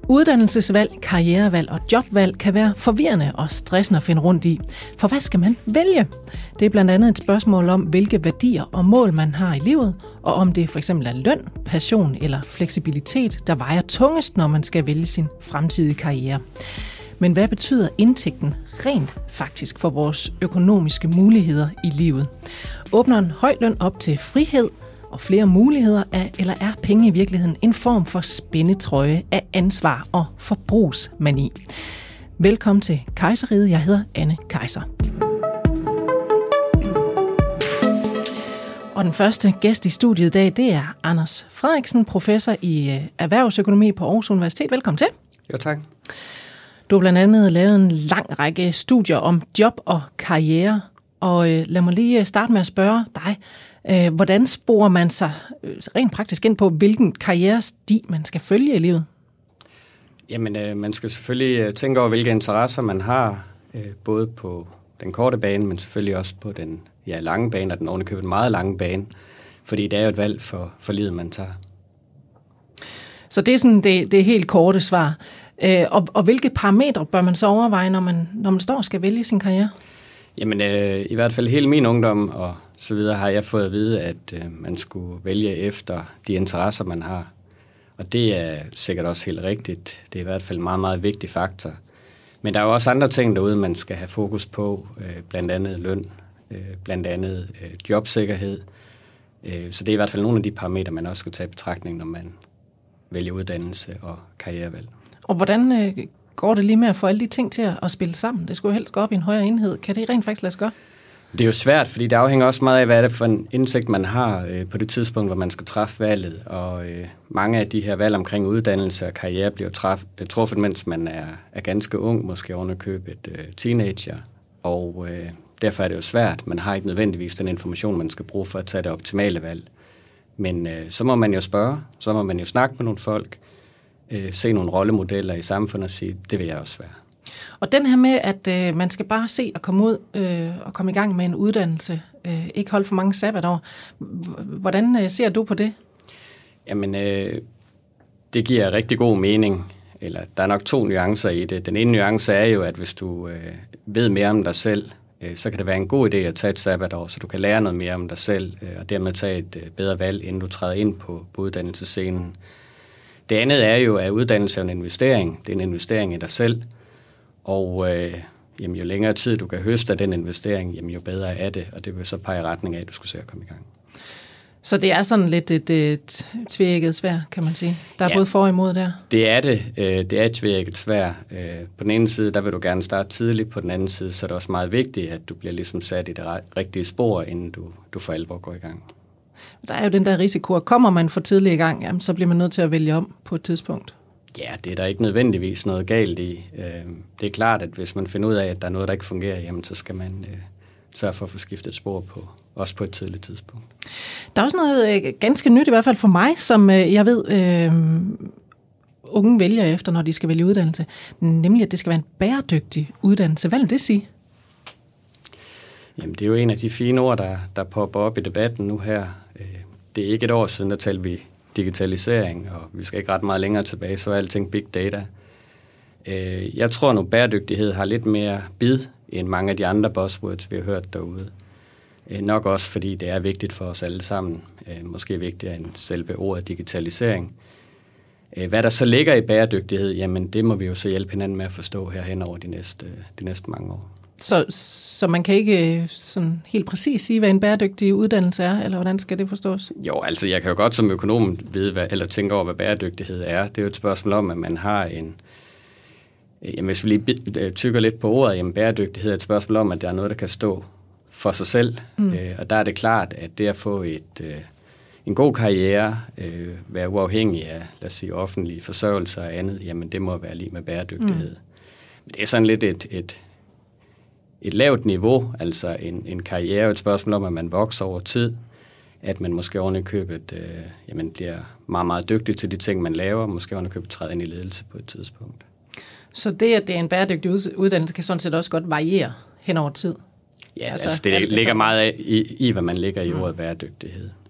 Uddannelsesvalg, karrierevalg og jobvalg kan være forvirrende og stressende at finde rundt i. For hvad skal man vælge? Det er blandt andet et spørgsmål om, hvilke værdier og mål man har i livet, og om det for eksempel er løn, passion eller fleksibilitet, der vejer tungest, når man skal vælge sin fremtidige karriere. Men hvad betyder indtægten rent faktisk for vores økonomiske muligheder i livet? Åbner en høj løn op til frihed og flere muligheder eller er penge i virkeligheden en form for spændetrøje af ansvar og forbrugsmani? Velkommen til Kejserriget. Jeg hedder Anne Kejser. Og den første gæst i studiet i dag, det er Anders Frederiksen, professor i erhvervsøkonomi på Aarhus Universitet. Velkommen til. Jo, tak. Du har blandt andet lavet en lang række studier om job og karriere, og lad mig lige starte med at spørge dig, hvordan sporer man sig rent praktisk ind på, hvilken karrieresti man skal følge i livet? Jamen, man skal selvfølgelig tænke over, hvilke interesser man har, både på den korte bane, men selvfølgelig også på den lange bane, og den ovenikøbet meget lange bane, fordi det er jo et valg for livet, man tager. Så det er sådan det helt korte svar. Og hvilke parametre bør man så overveje, når man står og skal vælge sin karriere? Jamen, i hvert fald hele min ungdom og så videre har jeg fået at vide, at man skulle vælge efter de interesser, man har. Og det er sikkert også helt rigtigt. Det er i hvert fald en meget, meget vigtig faktor. Men der er jo også andre ting derude, man skal have fokus på. Blandt andet løn, blandt andet jobsikkerhed. Så det er i hvert fald nogle af de parametre, man også skal tage i betragtning, når man vælger uddannelse og karrierevalg. Og hvordan går det lige med at få alle de ting til at spille sammen? Det skulle jo helst gå op i en højere enhed. Kan det rent faktisk lade sig gøre? Det er jo svært, fordi det afhænger også meget af, hvad det er for en indsigt, man har på det tidspunkt, hvor man skal træffe valget. Og mange af de her valg omkring uddannelse og karriere bliver truffet, mens man er ganske ung, måske ovenikøbet teenager. Og derfor er det jo svært. Man har ikke nødvendigvis den information, man skal bruge for at tage det optimale valg. Men så må man jo spørge, så må man jo snakke med nogle folk, se nogle rollemodeller i samfundet og sige, det vil jeg også være. Og den her med, at man skal bare se og komme ud og komme i gang med en uddannelse, ikke holde for mange sabbatår. Hvordan ser du på det? Jamen, det giver rigtig god mening. Eller der er nok 2 nuancer i det. Den ene nuance er jo, at hvis du ved mere om dig selv, så kan det være en god idé at tage et sabbatår, så du kan lære noget mere om dig selv, og dermed tage et bedre valg, inden du træder ind på uddannelsesscenen. Det andet er jo, at uddannelse er en investering. Det er en investering i dig selv. Og jo længere tid du kan høste af den investering, jo bedre er det. Og det vil så pege i retning af, at du skulle se at komme i gang. Så det er sådan lidt et tveægget sværd, kan man sige. Der er både for og imod der. Det er det. Det er et tveægget sværd. På den ene side, der vil du gerne starte tidligt. På den anden side, så er det også meget vigtigt, at du bliver ligesom sat i det rigtige spor, inden du for alvor går i gang. Der er jo den der risiko, at kommer man for tidligt i gang, jamen, så bliver man nødt til at vælge om på et tidspunkt. Ja, det er der ikke nødvendigvis noget galt i. Det er klart, at hvis man finder ud af, at der er noget, der ikke fungerer, jamen, så skal man sørge for at få skiftet spor også på et tidligt tidspunkt. Der er også noget ganske nyt, i hvert fald for mig, som jeg ved, unge vælger efter, når de skal vælge uddannelse. Nemlig, at det skal være en bæredygtig uddannelse. Hvad vil det sige? Jamen, det er jo en af de fine ord, der popper op i debatten nu her. Det er ikke et år siden, der talte vi digitalisering, og vi skal ikke ret meget længere tilbage, så er alting big data. Jeg tror nu, bæredygtighed har lidt mere bid end mange af de andre buzzwords, vi har hørt derude. Nok også, fordi det er vigtigt for os alle sammen. Måske vigtigere end selve ordet digitalisering. Hvad der så ligger i bæredygtighed, jamen det må vi jo så hjælpe hinanden med at forstå her hen over de næste mange år. Så man kan ikke sådan helt præcis sige, hvad en bæredygtig uddannelse er, eller hvordan skal det forstås? Jo, altså jeg kan jo godt som økonom tænke over, hvad bæredygtighed er. Det er jo et spørgsmål om, at man har hvis vi lige tykker lidt på ordet, jamen bæredygtighed er et spørgsmål om, at der er noget, der kan stå for sig selv. Og der er det klart, at det at få en god karriere, være uafhængig af, lad os sige, offentlige forsørgelser og andet, jamen det må være lige med bæredygtighed. Det er sådan lidt et lavt niveau, altså en karriere er et spørgsmål om, at man vokser over tid, at man måske ovenikøbet bliver meget, meget dygtig til de ting, man laver, måske ovenikøbet træder ind i ledelse på et tidspunkt. Så det, at det er en bæredygtig uddannelse, kan sådan set også godt variere hen over tid? Ja, altså det ligger meget i, hvad man lægger i ordet bæredygtighed.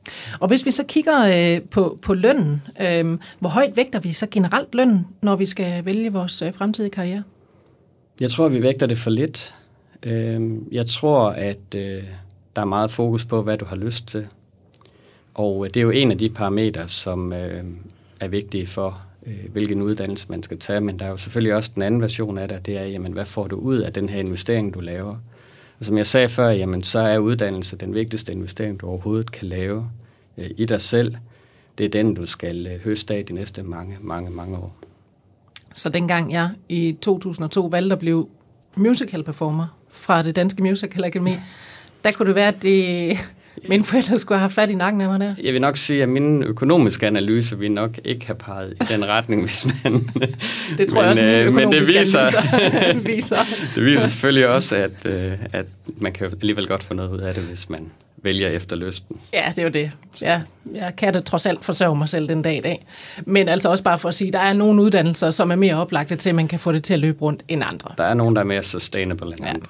Og hvis vi så kigger på lønnen, hvor højt vægter vi så generelt lønnen, når vi skal vælge vores fremtidige karriere? Jeg tror, vi vægter det for lidt. Jeg tror, at der er meget fokus på, hvad du har lyst til. Og det er jo en af de parametre, som er vigtige for, hvilken uddannelse man skal tage. Men der er jo selvfølgelig også den anden version af det, det er, jamen, hvad får du ud af den her investering, du laver? Og som jeg sagde før, jamen, så er uddannelse den vigtigste investering, du overhovedet kan lave i dig selv. Det er den, du skal høste af de næste mange år. Så dengang jeg i 2002 valgte at blive musical performer fra det Danske Musical Akademi, der kunne det være, at mine forældre skulle have fat i nakken af mig der. Jeg vil nok sige, at mine økonomiske analyser vil nok ikke have peget i den retning, hvis man... Det tror jeg også, mine økonomiske analyser viser. Det viser selvfølgelig også, at man kan alligevel godt få noget ud af det, hvis man vælger efter lysten. Ja, det er jo det. Ja, jeg kan det trods alt forsørge mig selv den dag i dag. Men altså også bare for at sige, der er nogle uddannelser, som er mere oplagte til, at man kan få det til at løbe rundt end andre. Der er nogle, der er mere sustainable end andre.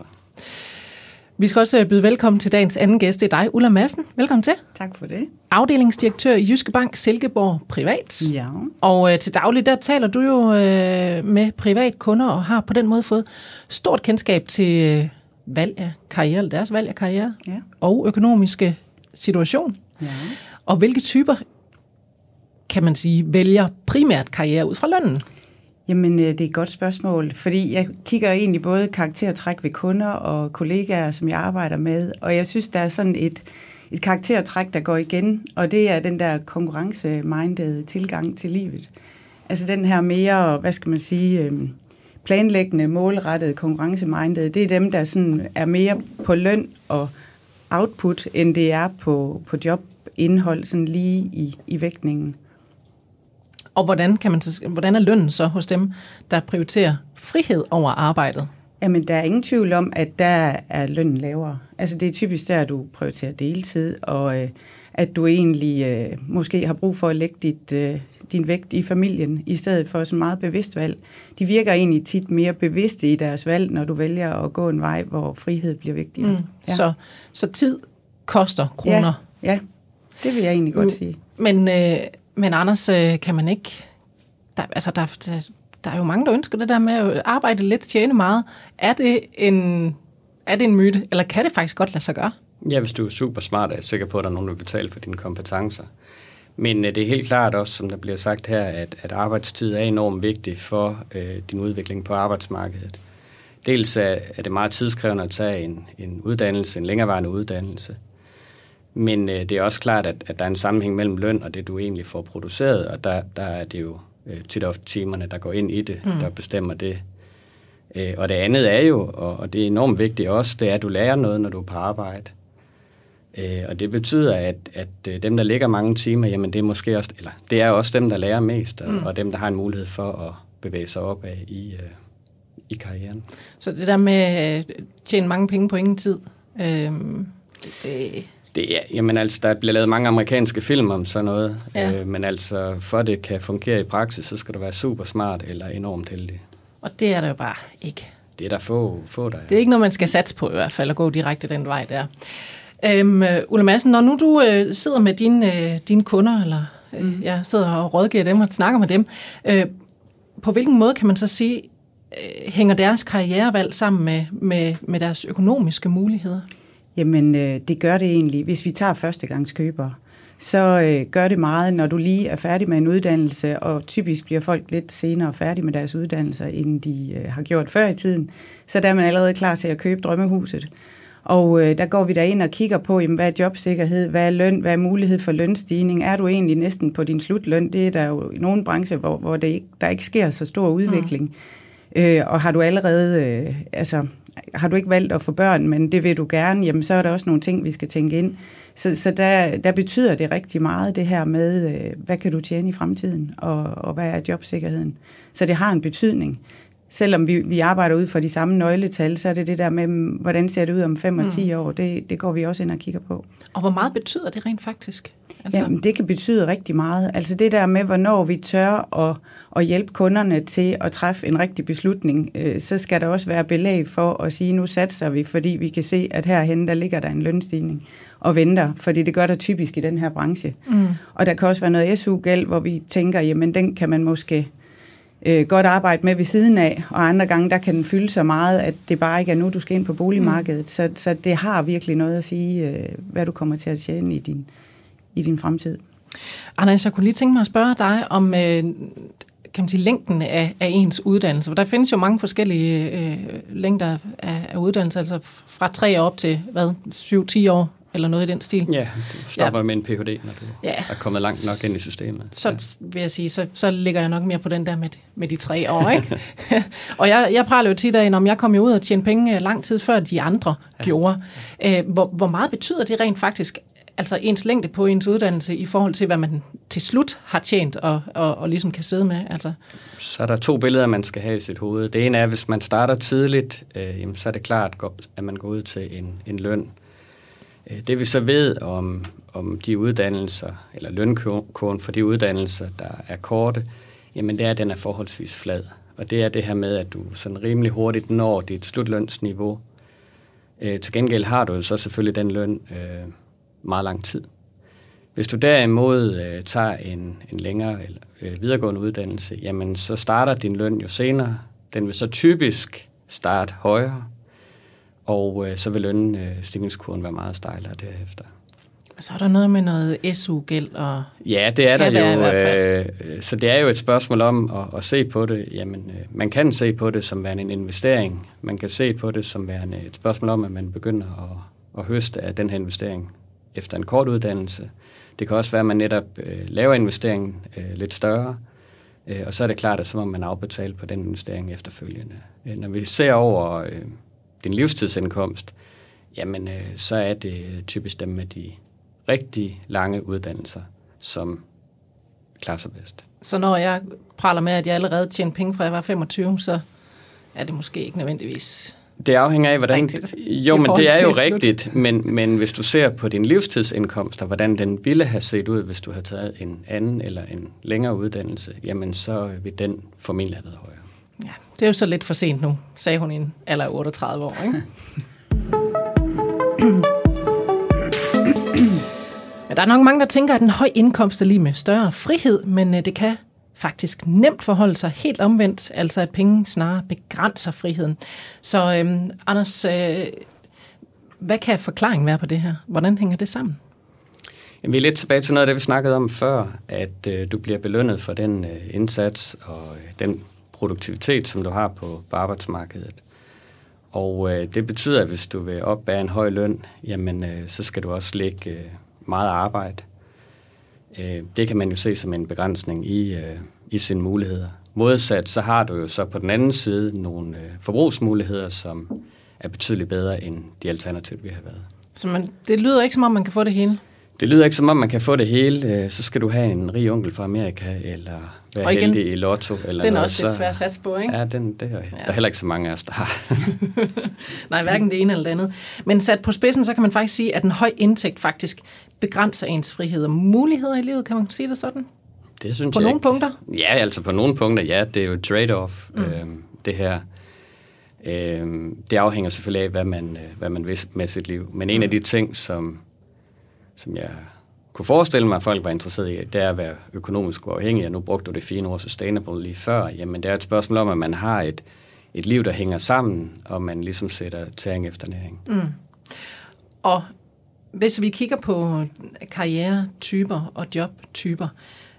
Vi skal også byde velkommen til dagens anden gæst. Det er dig, Ulla Madsen. Velkommen til. Tak for det. Afdelingsdirektør i Jyske Bank, Silkeborg Privat. Ja. Og til daglig, der taler du jo med privatkunder og har på den måde fået stort kendskab til valg af karriere, eller deres valg af karriere, og økonomiske situation. Ja. Og hvilke typer, kan man sige, vælger primært karriere ud fra lønnen? Jamen, det er et godt spørgsmål, fordi jeg kigger egentlig både karaktertræk ved kunder og kollegaer, som jeg arbejder med, og jeg synes, der er sådan et karaktertræk, der går igen, og det er den der konkurrence-mindede tilgang til livet. Altså den her mere, hvad skal man sige, planlæggende, målrettede konkurrence-mindede, det er dem, der sådan er mere på løn og output, end det er på jobindhold, sådan lige i vægtningen. Og hvordan er lønnen så hos dem, der prioriterer frihed over arbejdet? Jamen, der er ingen tvivl om, at der er lønnen lavere. Altså, det er typisk der, du prioriterer deltid, og at du egentlig måske har brug for at lægge din vægt i familien, i stedet for sådan meget bevidst valg. De virker egentlig tit mere bevidste i deres valg, når du vælger at gå en vej, hvor frihed bliver vigtigere. Ja. Så tid koster kroner? Ja, det vil jeg egentlig godt sige. Men Anders, kan man ikke... Der er jo mange, der ønsker det der med at arbejde lidt, tjene meget. Er det en myte, eller kan det faktisk godt lade sig gøre? Ja, hvis du er super smart, er jeg sikker på, at der er nogen, der vil betale for dine kompetencer. Men det er helt klart også, som der bliver sagt her, at arbejdstid er enormt vigtig for din udvikling på arbejdsmarkedet. Dels er det meget tidskrævende at tage en uddannelse, en længerevarende uddannelse. Men det er også klart, at der er en sammenhæng mellem løn og det, du egentlig får produceret, og der er det jo tit ofte timerne, der går ind i det, der bestemmer det. Og det andet er jo, og det er enormt vigtigt også, det er, at du lærer noget, når du er på arbejde. Og det betyder, at dem, der lægger mange timer, jamen det er måske også, eller det er også dem, der lærer mest, og dem, der har en mulighed for at bevæge sig opad i karrieren. Så det der med at tjene mange penge på ingen tid, jamen altså, der bliver lavet mange amerikanske film om sådan noget, men altså, for det kan fungere i praksis, så skal du være super smart eller enormt heldig. Og det er der jo bare ikke. Det er der få der er. Det er ikke noget, man skal satse på i hvert fald, at gå direkte den vej der. Ulla Madsen, når nu du sidder med dine kunder, eller jeg sidder og rådgiver dem og snakker med dem, på hvilken måde kan man så sige, hænger deres karrierevalg sammen med deres økonomiske muligheder? Jamen, det gør det egentlig. Hvis vi tager førstegangskøbere, så gør det meget, når du lige er færdig med en uddannelse, og typisk bliver folk lidt senere færdige med deres uddannelser, end de har gjort før i tiden. Så der er man allerede klar til at købe drømmehuset. Og der går vi ind og kigger på, jamen, hvad er jobsikkerhed, hvad er løn, hvad er mulighed for lønstigning? Er du egentlig næsten på din slutløn? Det er der jo i nogle brancher, hvor der ikke sker så stor udvikling. Og har du allerede, har du ikke valgt at få børn, men det vil du gerne, jamen så er der også nogle ting, vi skal tænke ind. Så der betyder det rigtig meget, det her med, hvad kan du tjene i fremtiden, og hvad er jobsikkerheden. Så det har en betydning. selvom vi arbejder ud fra de samme nøgletal, så er det der med, hvordan ser det ud om 5 og 10 år, det går vi også ind og kigger på. Og hvor meget betyder det rent faktisk? Altså... Jamen, det kan betyde rigtig meget. Altså det der med, hvornår vi tør at hjælpe kunderne til at træffe en rigtig beslutning, så skal der også være belæg for at sige, nu satser vi, fordi vi kan se, at herhenne, der ligger der en lønstigning og venter, fordi det gør der typisk i den her branche. Og der kan også være noget SU-gæld, hvor vi tænker, jamen den kan man måske godt arbejde med ved siden af, og andre gange, der kan den fylde så meget, at det bare ikke er nu, du skal ind på boligmarkedet. Så det har virkelig noget at sige, hvad du kommer til at tjene i din fremtid. Anders, jeg kunne lige tænke mig at spørge dig om kan man sige, længden af ens uddannelse. For der findes jo mange forskellige længder af uddannelse, altså fra 3 år op til 7-10 år, eller noget i den stil. Ja, du stopper med en Ph.D., når du er kommet langt nok ind i systemet. Så vil jeg sige, så ligger jeg nok mere på den der med de 3 år, ikke? Og jeg praler jo tit af, om jeg kom jo ud og tjene penge lang tid før de andre gjorde. Hvor meget betyder det rent faktisk, altså ens længde på ens uddannelse i forhold til, hvad man til slut har tjent og ligesom kan sidde med? Altså. Så er der 2 billeder, man skal have i sit hoved. Det ene er, hvis man starter tidligt, så er det klart, at man går ud til en løn. Det vi så ved om de uddannelser, eller lønkurven for de uddannelser, der er korte, jamen det er, at den er forholdsvis flad. Og det er det her med, at du sådan rimelig hurtigt når dit slutlønsniveau. Til gengæld har du så selvfølgelig den løn meget lang tid. Hvis du derimod tager en længere eller videregående uddannelse, jamen så starter din løn jo senere. Den vil så typisk starte højere, og så vil lønstigningskurven være meget stejlere derefter. Så er der noget med noget SU-gæld og... Ja, det er der jo. Så det er jo et spørgsmål om at se på det. Jamen, man kan se på det som værende en investering. Man kan se på det som værende et spørgsmål om, at man begynder at høste af den her investering efter en kort uddannelse. Det kan også være, at man netop laver investeringen lidt større, og så er det klart, at så må man afbetale på den investering efterfølgende. Når vi ser over din livstidsindkomst, jamen så er det typisk dem med de rigtig lange uddannelser, som klarer sig bedst. Så når jeg praler med, at jeg allerede tjente penge fra jeg var 25, så er det måske ikke nødvendigvis... Det afhænger af, hvordan... Rigtigt. Jo, men det er jo rigtigt, men hvis du ser på din livstidsindkomst, og hvordan den ville have set ud, hvis du havde taget en anden eller en længere uddannelse, jamen så vil den formentlig have været højere. Ja, det er jo så lidt for sent nu, sagde hun i en alder af 38 år, ikke? Ja, der er nok mange, der tænker, at en høj indkomst er lige med større frihed, men det kan faktisk nemt forholde sig helt omvendt, altså at penge snarere begrænser friheden. Så Anders, hvad kan forklaringen være på det her? Hvordan hænger det sammen? Vi er lidt tilbage til noget af det, vi snakkede om før, at du bliver belønnet for den indsats og den produktivitet, som du har på arbejdsmarkedet. Og det betyder, at hvis du vil opbære en høj løn, jamen så skal du også lægge meget arbejde. Det kan man jo se som en begrænsning i sine muligheder. Modsat, så har du jo så på den anden side nogle forbrugsmuligheder, som er betydeligt bedre end de alternativer, vi har været. Så det lyder ikke som om, man kan få det hele? Det lyder ikke som om, man kan få det hele. Så skal du have en rig onkel fra Amerika, eller være heldig i lotto. Eller den er noget, også lidt svær at satse på, ikke? Ja, det er der er heller ikke så mange af os, der har. Nej, hverken det ene eller det andet. Men sat på spidsen, så kan man faktisk sige, at en høj indtægt faktisk begrænser ens frihed og muligheder i livet. Kan man sige det sådan? Det synes på jeg nogle ikke. Punkter? Ja, altså på nogle punkter, ja. Det er jo trade-off, det her. Det afhænger selvfølgelig af, hvad man vil med sit liv. Men en af de ting, som jeg kunne forestille mig, at folk var interesseret i, det er at være økonomisk uafhængig. Og nu brugte du det fine ord sustainable lige før. Jamen, det er et spørgsmål om, at man har et liv, der hænger sammen, og man ligesom sætter tæring efter næring. Og hvis vi kigger på karrieretyper og jobtyper,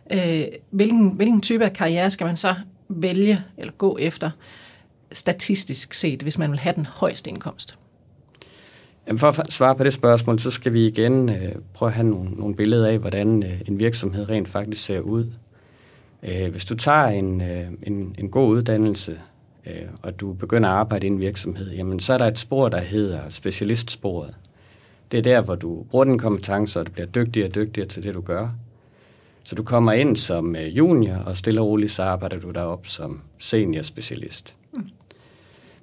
hvilken type af karriere skal man så vælge eller gå efter statistisk set, hvis man vil have den højeste indkomst? Jamen for at svare på det spørgsmål, så skal vi igen prøve at have nogle billeder af, hvordan en virksomhed rent faktisk ser ud. Hvis du tager en god uddannelse, og du begynder at arbejde i en virksomhed, jamen så er der et spor, der hedder specialistsporet. Det er der, hvor du bruger dine kompetencer, og du bliver dygtigere og dygtigere til det, du gør. Så du kommer ind som junior, og stille og roligt, så arbejder du derop som senior specialist.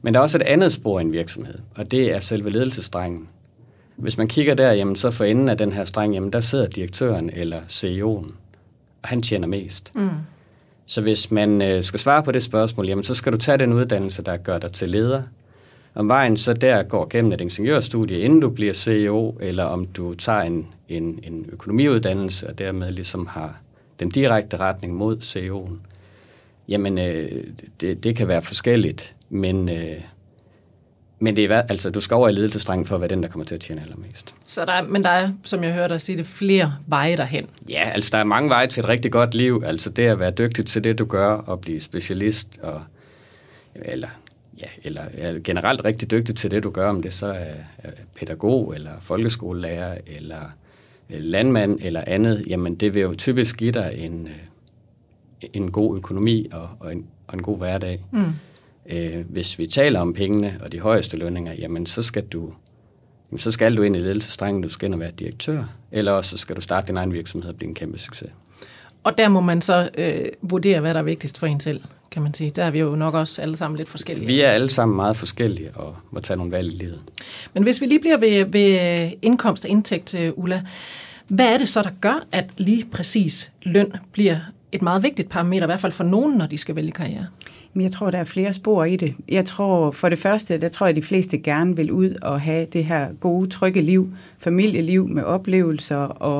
Men der er også et andet spor i en virksomhed, og det er selve ledelsesstrengen. Hvis man kigger der, jamen, så for enden af den her streng, jamen, der sidder direktøren eller CEO'en, og han tjener mest. Så hvis man skal svare på det spørgsmål, jamen, så skal du tage den uddannelse, der gør dig til leder. Om vejen så der går gennem et ingeniørstudie, inden du bliver CEO, eller om du tager en økonomiuddannelse, og dermed ligesom har den direkte retning mod CEO'en. Jamen, det kan være forskelligt, men det er, altså, du skal over i ledelsesstrengen for at være den, der kommer til at tjene allermest. Så der er, som jeg hørte dig sige, det flere veje derhen. Ja, altså der er mange veje til et rigtig godt liv. Altså det at være dygtig til det, du gør, og blive specialist, eller generelt rigtig dygtig til det, du gør, om det så er pædagog, eller folkeskolelærer, eller landmand, eller andet, jamen det vil jo typisk give dig en god økonomi og en god hverdag. Hvis vi taler om pengene og de højeste lønninger, jamen så skal du ind i ledelsesstrengen, du skal ind og være direktør, eller også så skal du starte din egen virksomhed og blive en kæmpe succes. Og der må man så vurdere, hvad der er vigtigst for en selv, kan man sige. Der er vi jo nok også alle sammen lidt forskellige. Vi er alle sammen meget forskellige og må tage nogle valg i livet. Men hvis vi lige bliver ved indkomst og indtægt, Ulla, hvad er det så, der gør, at lige præcis løn bliver et meget vigtigt parameter, i hvert fald for nogen, når de skal vælge karriere? Jeg tror, der er flere spor i det. Jeg tror, for det første, der tror jeg, at de fleste gerne vil ud og have det her gode, trygge liv, familieliv med oplevelser,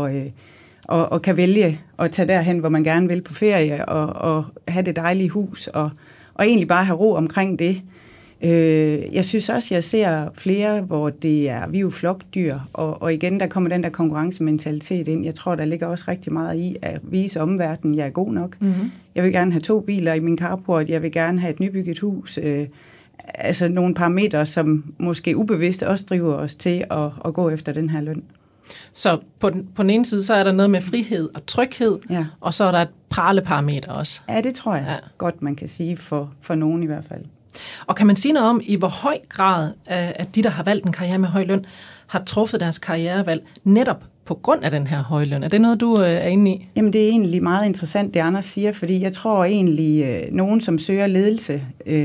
og kan vælge at tage derhen, hvor man gerne vil på ferie, og have det dejlige hus, og egentlig bare have ro omkring det. Jeg synes også, jeg ser flere, hvor vi er jo flokdyr, og igen, der kommer den der konkurrencementalitet ind. Jeg tror, der ligger også rigtig meget i at vise omverdenen, jeg er god nok. Jeg vil gerne have 2 biler i min carport, jeg vil gerne have et nybygget hus. Altså nogle parametre, som måske ubevidst også driver os til at gå efter den her løn. Så på den ene side, så er der noget med frihed og tryghed, ja. Og så er der et prale-parameter også. Ja, det tror jeg godt, man kan sige for nogen i hvert fald. Og kan man sige noget om, i hvor høj grad at de, der har valgt en karriere med høj løn, har truffet deres karrierevalg netop på grund af den her høje løn? Er det noget, du er inde i? Jamen, det er egentlig meget interessant, det Anders siger, fordi jeg tror egentlig, nogen, som søger ledelse,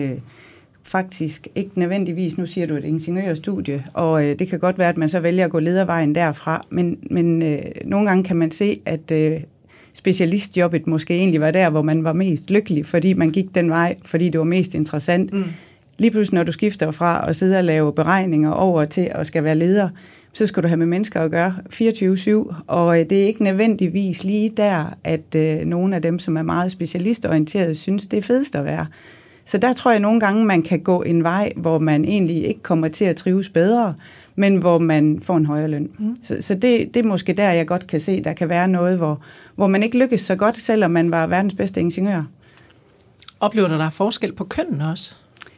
faktisk ikke nødvendigvis, nu siger du et ingeniørstudie, og det kan godt være, at man så vælger at gå ledervejen derfra, men nogle gange kan man se, at specialistjobbet måske egentlig var der, hvor man var mest lykkelig, fordi man gik den vej, fordi det var mest interessant. Lige pludselig, når du skifter fra at sidde og lave beregninger over til at skal være leder, så skal du have med mennesker at gøre 24/7, og det er ikke nødvendigvis lige der, at nogle af dem, som er meget specialistorienterede, synes, det er fedest at være. Så der tror jeg nogle gange, man kan gå en vej, hvor man egentlig ikke kommer til at trives bedre, men hvor man får en højere løn. Så det er måske der, jeg godt kan se, der kan være noget, hvor man ikke lykkes så godt, selvom man var verdens bedste ingeniør. Oplever du, der er forskel på kønnene også?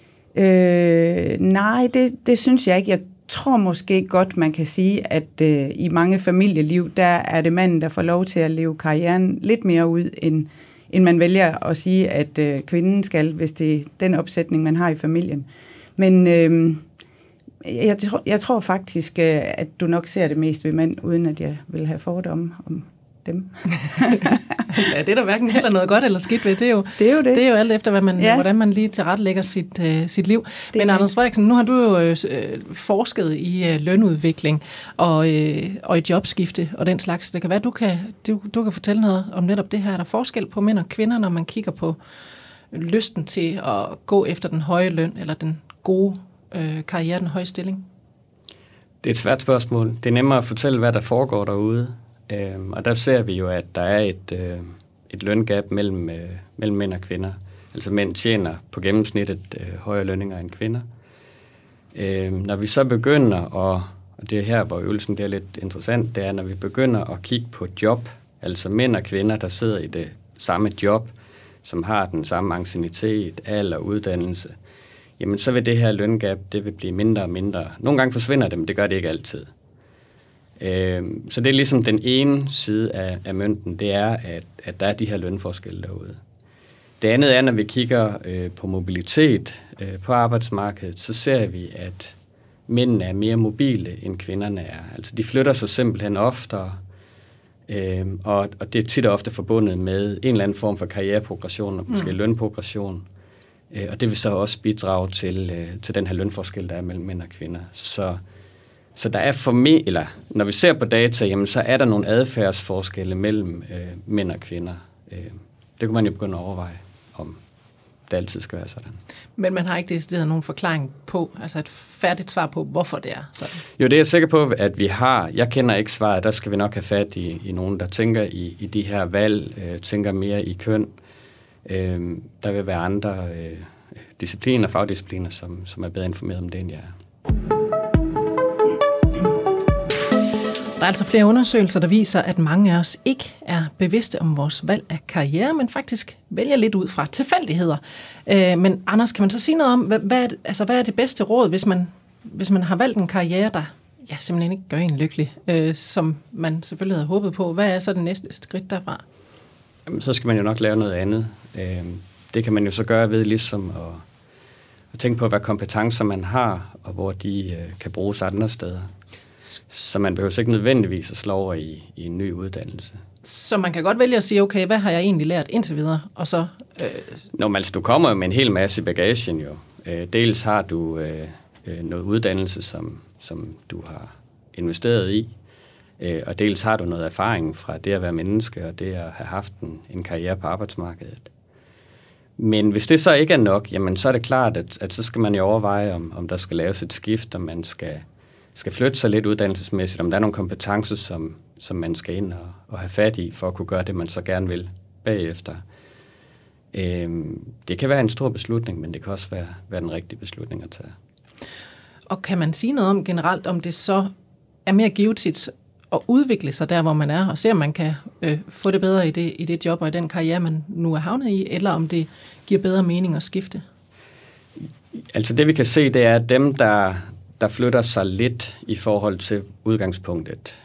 Nej, det synes jeg ikke. Jeg tror måske godt, man kan sige, at i mange familieliv, der er det manden, der får lov til at leve karrieren lidt mere ud, end man vælger at sige, at kvinden skal, hvis det er den opsætning, man har i familien. Men jeg tror faktisk, at du nok ser det mest ved mænd, uden at jeg vil have fordomme om dem. Ja, det er der hverken heller noget godt eller skidt ved. Det er jo alt efter, hvordan man lige tilrettelægger sit liv. Men Anders Frederiksen, nu har du jo forsket i lønudvikling og i jobskifte og den slags. Det kan være, du kan fortælle noget om netop det her. Er der forskel på mænd og kvinder, når man kigger på lysten til at gå efter den høje løn eller den gode karriere, den høje stilling? Det er et svært spørgsmål. Det er nemmere at fortælle, hvad der foregår derude. Og der ser vi jo, at der er et løngab mellem mænd og kvinder. Altså mænd tjener på gennemsnittet højere lønninger end kvinder. Når vi så begynder, og det er her, hvor øvelsen bliver lidt interessant, det er, når vi begynder at kigge på job, altså mænd og kvinder, der sidder i det samme job, som har den samme anciennitet, alder, uddannelse, jamen så vil det her løngab, det vil blive mindre og mindre. Nogle gange forsvinder det, men det gør det ikke altid. Så det er ligesom den ene side af mønten, det er, at der er de her lønforskelle derude. Det andet er, når vi kigger på mobilitet på arbejdsmarkedet, så ser vi, at mændene er mere mobile, end kvinderne er. Altså de flytter sig simpelthen oftere, og det er tit og ofte forbundet med en eller anden form for karriereprogression og måske lønprogression. Og det vil så også bidrage til den her lønforskel, der er mellem mænd og kvinder. Så der er når vi ser på data, jamen, så er der nogle adfærdsforskelle mellem mænd og kvinder. Det kunne man jo begynde at overveje, om det altid skal være sådan. Men man har ikke decideret nogen forklaring på, altså et færdigt svar på, hvorfor det er sådan? Jo, det er jeg sikker på, at vi har. Jeg kender ikke svaret. Der skal vi nok have fat i nogen, der tænker i de her valg, tænker mere i køn. Der vil være andre discipliner, fagdiscipliner, som er bedre informeret om det, end jeg er. Der er altså flere undersøgelser, der viser, at mange af os ikke er bevidste om vores valg af karriere, men faktisk vælger lidt ud fra tilfældigheder. Men Anders, kan man så sige noget om, hvad er det bedste råd, hvis man har valgt en karriere, der simpelthen ikke gør en lykkelig, som man selvfølgelig havde håbet på? Hvad er så det næste skridt derfra? Jamen, så skal man jo nok lave noget andet. Det kan man jo så gøre ved ligesom at tænke på, hvad kompetencer man har, og hvor de kan bruges andre steder. Så man behøver ikke nødvendigvis at slå over i en ny uddannelse. Så man kan godt vælge at sige, okay, hvad har jeg egentlig lært indtil videre? Og så, du kommer med en hel masse i bagagen jo. Dels har du noget uddannelse, som du har investeret i, og dels har du noget erfaring fra det at være menneske, og det at have haft en karriere på arbejdsmarkedet. Men hvis det så ikke er nok, jamen så er det klart, at så skal man jo overveje, om der skal laves et skift, om man skal flytte sig lidt uddannelsesmæssigt, om der er nogle kompetencer, som man skal ind og have fat i, for at kunne gøre det, man så gerne vil bagefter. Det kan være en stor beslutning, men det kan også være den rigtige beslutning at tage. Og kan man sige noget om generelt, om det så er mere givetigt at udvikle sig der, hvor man er, og se, om man kan få det bedre i det job og i den karriere, man nu er havnet i, eller om det giver bedre mening at skifte? Altså det, vi kan se, det er, at dem, der flytter sig lidt i forhold til udgangspunktet,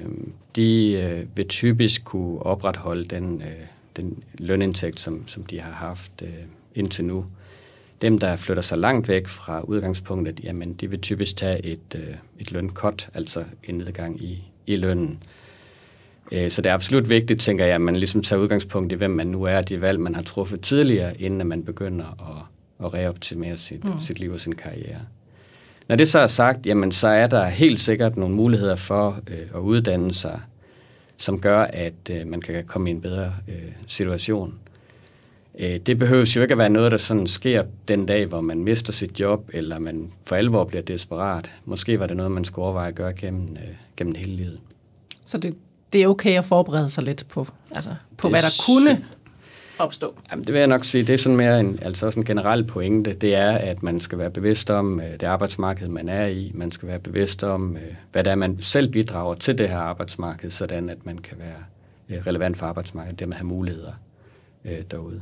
de vil typisk kunne opretholde den lønindtægt, som de har haft indtil nu. Dem, der flytter sig langt væk fra udgangspunktet, jamen, de vil typisk tage et lønkot, altså en nedgang i lønnen. Så det er absolut vigtigt, tænker jeg, at man ligesom tager udgangspunkt i, hvem man nu er, de valg, man har truffet tidligere, inden man begynder at reoptimere sit liv og sin karriere. Når det så er sagt, jamen, så er der helt sikkert nogle muligheder for at uddanne sig, som gør, at man kan komme i en bedre situation. Det behøves jo ikke at være noget, der sådan sker den dag, hvor man mister sit job, eller man for alvor bliver desperat. Måske var det noget, man skulle overveje at gøre gennem hele livet. Så det er okay at forberede sig lidt på hvad der kunne opstå? Jamen, det vil jeg nok sige. Det er sådan mere også en generel pointe. Det er, at man skal være bevidst om det arbejdsmarked, man er i. Man skal være bevidst om, hvad det er, man selv bidrager til det her arbejdsmarked, sådan at man kan være relevant for arbejdsmarkedet, det med at have muligheder derude.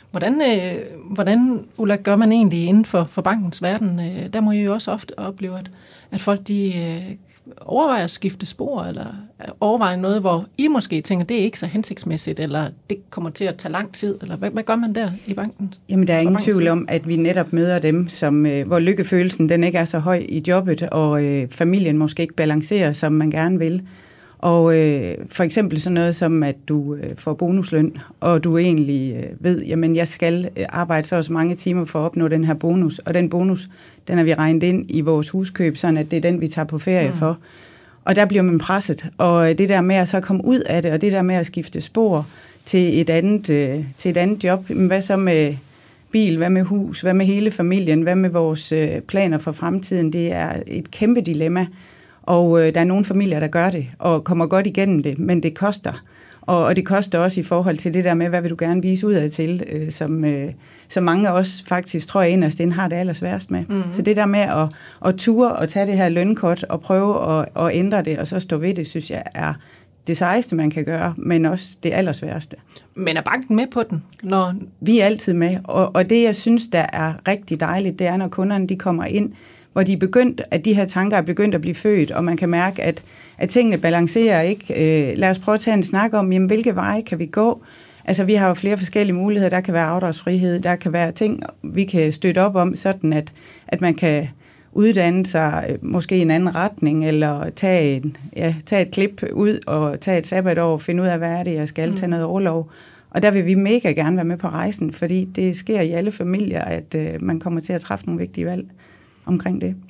Hvordan, Ulla, gør man egentlig inden for bankens verden? Der må I jo også ofte opleve, at folk de overvejer at skifte spor, eller overvejer noget, hvor I måske tænker, det er ikke så hensigtsmæssigt, eller det kommer til at tage lang tid, eller hvad gør man der i banken? Jamen, der er ingen tvivl om, at vi netop møder dem, hvor lykkefølelsen den ikke er så høj i jobbet, og familien måske ikke balancerer, som man gerne vil. Og for eksempel sådan noget som, at du får bonusløn, og du egentlig ved, jamen jeg skal arbejde så mange timer for at opnå den her bonus, og den bonus, den har vi regnet ind i vores huskøb, sådan at det er den, vi tager på ferie for. Og der bliver man presset, og det der med at så komme ud af det, og det der med at skifte spor til et andet job, hvad så med bil, hvad med hus, hvad med hele familien, hvad med vores planer for fremtiden, det er et kæmpe dilemma. Og der er nogle familier, der gør det, og kommer godt igennem det, men det koster. Og det koster også i forhold til det der med, hvad vil du gerne vise udad til, som mange af os faktisk, tror jeg, inderst inde har det allersværest med. Mm-hmm. Så det der med at ture og tage det her lønkort og prøve at ændre det, og så stå ved det, synes jeg er det sejeste, man kan gøre, men også det allersværeste. Men er banken med på den? Vi er altid med, og det, jeg synes, der er rigtig dejligt, det er, når kunderne de kommer ind, hvor at de her tanker er begyndt at blive født, og man kan mærke, at tingene balancerer ikke. Lad os prøve at tage en snak om, jamen, hvilke veje kan vi gå? Altså, vi har jo flere forskellige muligheder. Der kan være afdragsfrihed, der kan være ting, vi kan støtte op om, sådan at man kan uddanne sig måske i en anden retning, eller tage et klip ud og tage et sabbatår, finde ud af, hvad er det, jeg skal, tage noget orlov, Og der vil vi mega gerne være med på rejsen, fordi det sker i alle familier, at man kommer til at træffe nogle vigtige valg omkring det.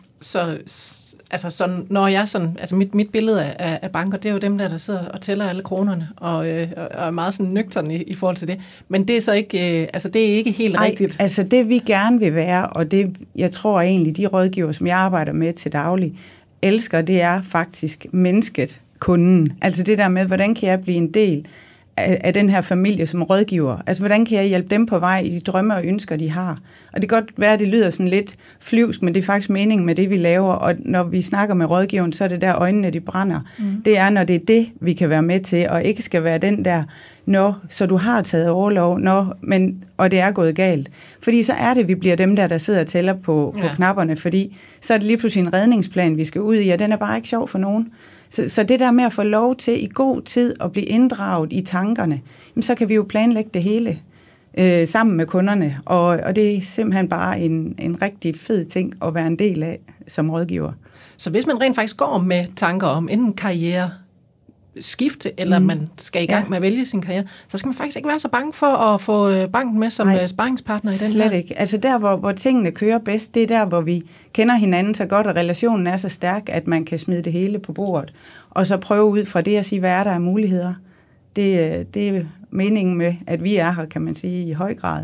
Så når jeg sådan, altså mit billede af banker, det er jo dem der sidder og tæller alle kronerne, og er meget sådan nøgtern i forhold til det. Men det er så ikke, det er ikke helt rigtigt. Altså det vi gerne vil være, og det jeg tror egentlig, de rådgiver, som jeg arbejder med til daglig, elsker, det er faktisk mennesket, kunden. Altså det der med, hvordan kan jeg blive en del af den her familie som rådgiver? Altså, hvordan kan jeg hjælpe dem på vej i de drømme og ønsker, de har? Og det kan godt være, at det lyder sådan lidt flyvsk, men det er faktisk meningen med det, vi laver. Og når vi snakker med rådgiveren, så er det der øjnene, de brænder. Det er, når det er det, vi kan være med til, og ikke skal være den der, så du har taget overlov, og det er gået galt. Fordi så er det, vi bliver dem der sidder og tæller på knapperne, fordi så er det lige pludselig en redningsplan, vi skal ud i, og den er bare ikke sjov for nogen. Så det der med at få lov til i god tid at blive inddraget i tankerne, så kan vi jo planlægge det hele sammen med kunderne, og det er simpelthen bare en rigtig fed ting at være en del af som rådgiver. Så hvis man rent faktisk går med tanker om enten karriereskifte, eller man skal i gang med at vælge sin karriere, så skal man faktisk ikke være så bange for at få banken med som sparringspartner i den slet ikke. Altså der, hvor tingene kører bedst, det er der, hvor vi kender hinanden så godt, og relationen er så stærk, at man kan smide det hele på bordet, og så prøve ud fra det at sige, hvad er der af muligheder. Det er meningen med, at vi er her, kan man sige, i høj grad.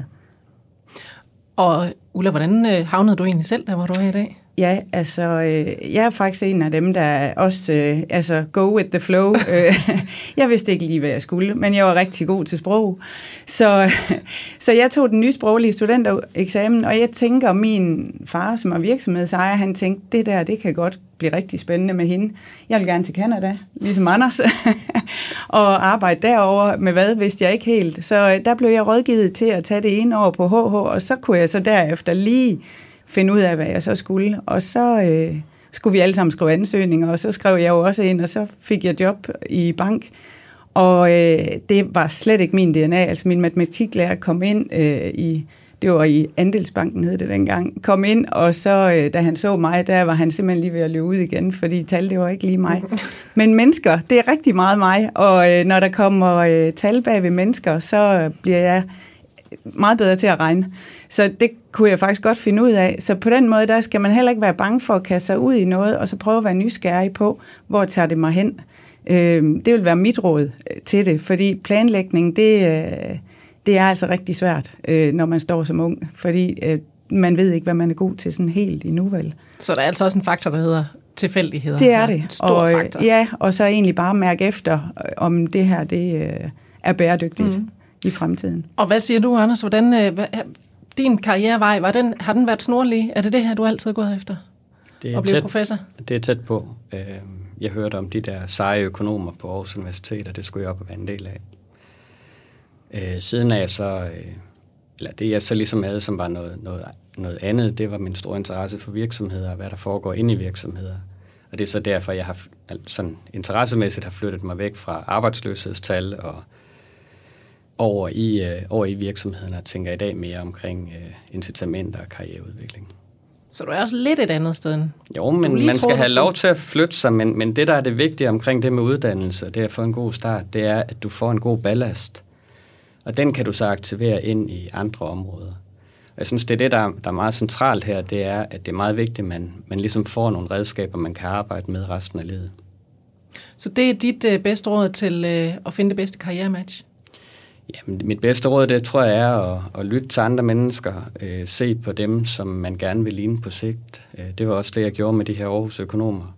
Og Ulla, hvordan havnede du egentlig selv der, hvor du er i dag? Ja, altså, jeg er faktisk en af dem, der også go with the flow. Jeg vidste ikke lige, hvad jeg skulle, men jeg var rigtig god til sprog. Så jeg tog den nye sproglige studentereksamen, og jeg tænker, min far, som er virksomhedsejer, han tænkte, det kan godt blive rigtig spændende med hende. Jeg vil gerne til Canada, ligesom Anders, og arbejde derovre med hvad, vidste jeg ikke helt. Så der blev jeg rådgivet til at tage det ene år på HH, og så kunne jeg så derefter lige finde ud af, hvad jeg så skulle. Og så skulle vi alle sammen skrive ansøgninger, og så skrev jeg jo også ind, og så fik jeg job i bank. Og det var slet ikke min DNA. Altså min matematiklærer kom ind det var i Andelsbanken hed det dengang, kom ind, og så da han så mig, der var han simpelthen lige ved at løbe ud igen, fordi tal, det var ikke lige mig. Men mennesker, det er rigtig meget mig, og når der kommer tal bag ved mennesker, så bliver jeg meget bedre til at regne. Så det kunne jeg faktisk godt finde ud af. Så på den måde, der skal man heller ikke være bange for at kaste sig ud i noget, og så prøve at være nysgerrig på, hvor tager det mig hen. Det vil være mit råd til det, fordi planlægning, det er altså rigtig svært, når man står som ung, fordi man ved ikke, hvad man er god til sådan helt endnu, vel. Så der er altså også en faktor, der hedder tilfældigheder. Det er det. En stor faktor. Ja, og så egentlig bare mærke efter, om det her det er bæredygtigt i fremtiden. Og hvad siger du, Anders? Hvordan din karrierevej, har den været snorlig? Er det her, du altid er gået efter? At blive professor? Det er tæt på. Jeg hørte om de der seje økonomer på Aarhus Universitet, og det skulle jeg op og være en del af. Siden af det jeg så ligesom havde, som var noget andet, det var min store interesse for virksomheder, og hvad der foregår inde i virksomheder. Og det er så derfor, jeg har sådan interessemæssigt har flyttet mig væk fra arbejdsløshedstal og over i virksomheden, og tænker i dag mere omkring incitamenter og karriereudvikling. Så du er også lidt et andet sted? Jo, men man skal have lov til at flytte sig, men det, der er det vigtige omkring det med uddannelse, det at få en god start, det er, at du får en god ballast. Og den kan du så aktivere ind i andre områder. Og jeg synes, det er det, der er meget centralt her, det er, at det er meget vigtigt, at man ligesom får nogle redskaber, man kan arbejde med resten af livet. Så det er dit bedste råd til at finde det bedste karrierematch? Jamen, mit bedste råd, det tror jeg er at lytte til andre mennesker, se på dem, som man gerne vil ligne på sigt. Det var også det, jeg gjorde med de her Aarhus økonomer.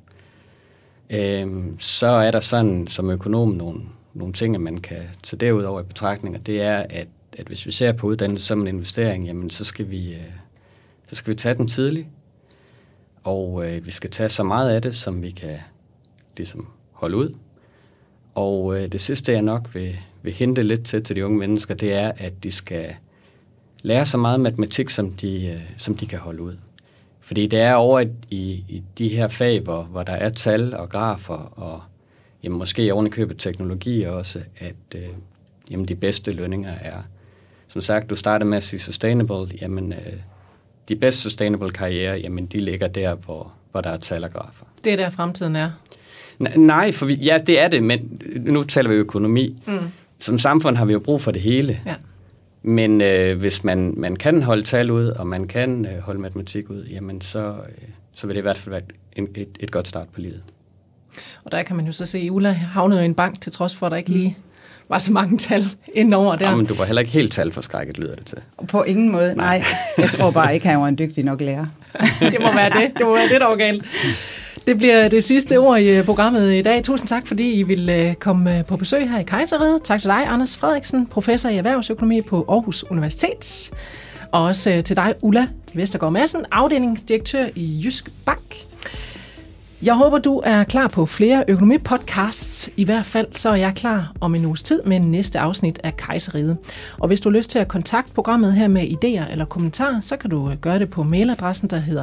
Så er der sådan som økonom nogle ting, man kan tage derudover i betragtninger. Det er, at hvis vi ser på uddannelse som en investering, jamen, så skal vi tage den tidligt. Og vi skal tage så meget af det, som vi kan ligesom holde ud. Og det sidste, jeg nok vil hente lidt til de unge mennesker, det er, at de skal lære så meget matematik, som de kan holde ud. Fordi det er over i de her fag, hvor der er tal og grafer, og jamen, måske ovenikøbet teknologi også, at de bedste lønninger er. Som sagt, du starter med at sige sustainable, jamen de bedste sustainable karrierer, jamen de ligger der, hvor der er tal og grafer. Det er der fremtiden er. Nej, for det er det, men nu taler vi økonomi. som samfund har vi jo brug for det hele. Ja. Men hvis man kan holde tal ud, og man kan holde matematik ud, jamen så vil det i hvert fald være et godt start på livet. Og der kan man jo så se, at Ulla havnede i en bank, til trods for, at der ikke lige var så mange tal indover der. Jamen, du var heller ikke helt talforskrækket, lyder det til. På ingen måde, nej. Jeg tror bare ikke, han var en dygtig nok lærer. Det må være det. Det må være det, der var galt. Det bliver det sidste ord i programmet i dag. Tusind tak, fordi I ville komme på besøg her i Kejserriget. Tak til dig, Anders Frederiksen, professor i erhvervsøkonomi på Aarhus Universitet. Og også til dig, Ulla Vestergaard Madsen, afdelingsdirektør i Jysk Bank. Jeg håber, du er klar på flere økonomipodcasts. I hvert fald så er jeg klar om en uges tid med næste afsnit af Kejserriget. Og hvis du har lyst til at kontakte programmet her med idéer eller kommentarer, så kan du gøre det på mailadressen, der hedder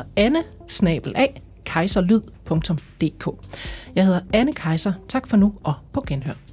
anne@kejserlyd.dk. Jeg hedder Anne Kejser. Tak for nu og på genhør.